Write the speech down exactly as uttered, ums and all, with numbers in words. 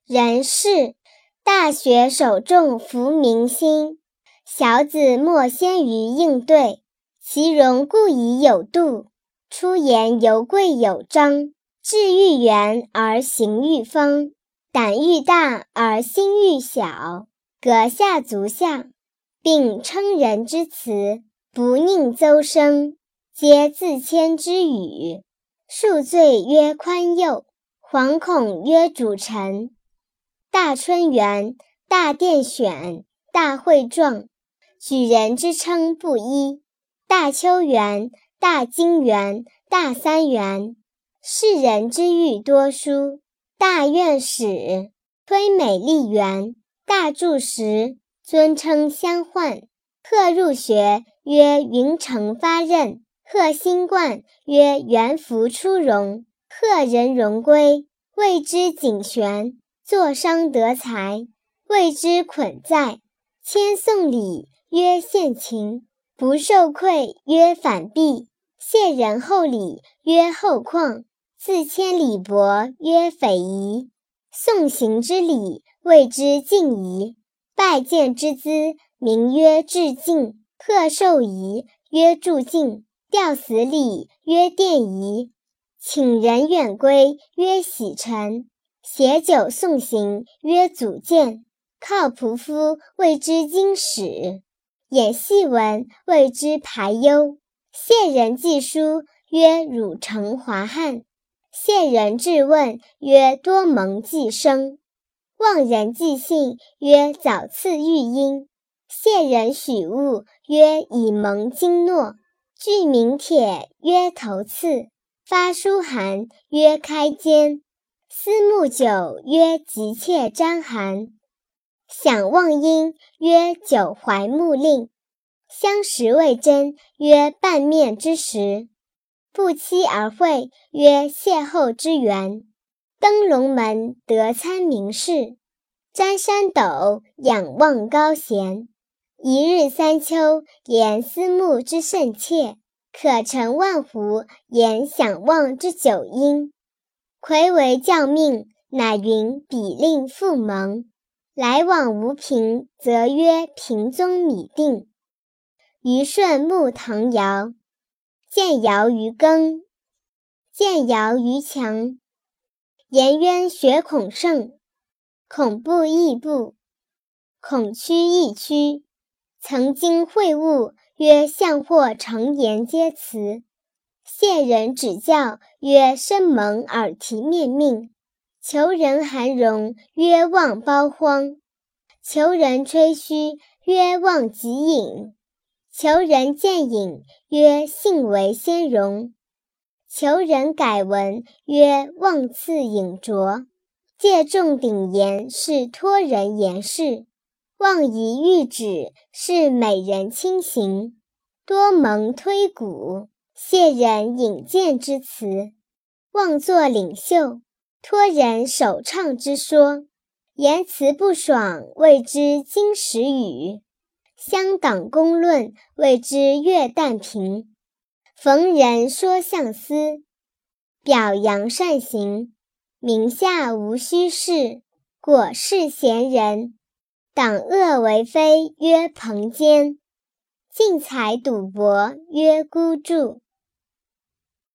人事，大学首重服民心，小子莫先于应对，其容故以有度，出言犹贵有章，志愈圆而行愈方，胆愈大而心愈小，阁下足下，并称人之辞，不佞邹声，皆自谦之语。恕罪曰宽宥，惶恐曰主臣。大春元，大殿选，大会状，举人之称不一。大秋元，大经元，大三元，世人之欲多书。大院使，推美丽园，大柱石，尊称相唤。贺入学，曰云成发轫，贺新冠，曰元服出荣。贺人荣归，谓之景玄，作商得财，谓之捆在。迁送礼，曰献秦，不受馈，曰反避。谢人厚礼，曰厚旷，自谦礼薄，曰匪夷。送行之礼，谓之敬仪，拜见之资，名曰致敬。贺寿仪，曰祝敬。吊死礼，曰奠仪。请人远归，曰喜陈。携酒送行，曰祖见。靠仆夫，谓之经史。演戏文，谓之排忧。谢人寄书，曰汝成华汉。谢人质问，曰多蒙寄生。望人寄信，曰早赐玉音。谢人许物，曰以蒙经诺。具名帖，曰头次。发书函，曰开笺。思慕酒，曰急切沾寒。想望音，曰久怀慕令。相识未真，曰半面之时。不期而会，曰邂逅之缘。登龙门，得参名士。瞻山斗，仰望高贤。一日三秋，言思慕之甚切。可乘万湖，言想望之久因。魁为教命，乃云比令复蒙。来往无凭，则曰平宗米定。虞舜慕唐尧，见尧于耕，见尧于墙。颜渊学孔圣，孔不异步，孔屈亦屈。曾经会晤，曰相或成言皆辞。谢人指教，曰深蒙耳提面命。求人含容，曰望包荒。求人吹嘘，曰望极隐。求人见隐，曰信为先容。求人改文，曰望次隐拙。借重鼎言，是托人言事。望以喻止，是美人轻行。多蒙推古，谢人引荐之词。望作领袖，托人首唱之说。言辞不爽，谓之经史语。乡党公论，谓之月旦评。逢人说相思，表扬善行。名下无虚事，果是贤人。党恶为非，曰朋奸。竞才赌博，曰孤注。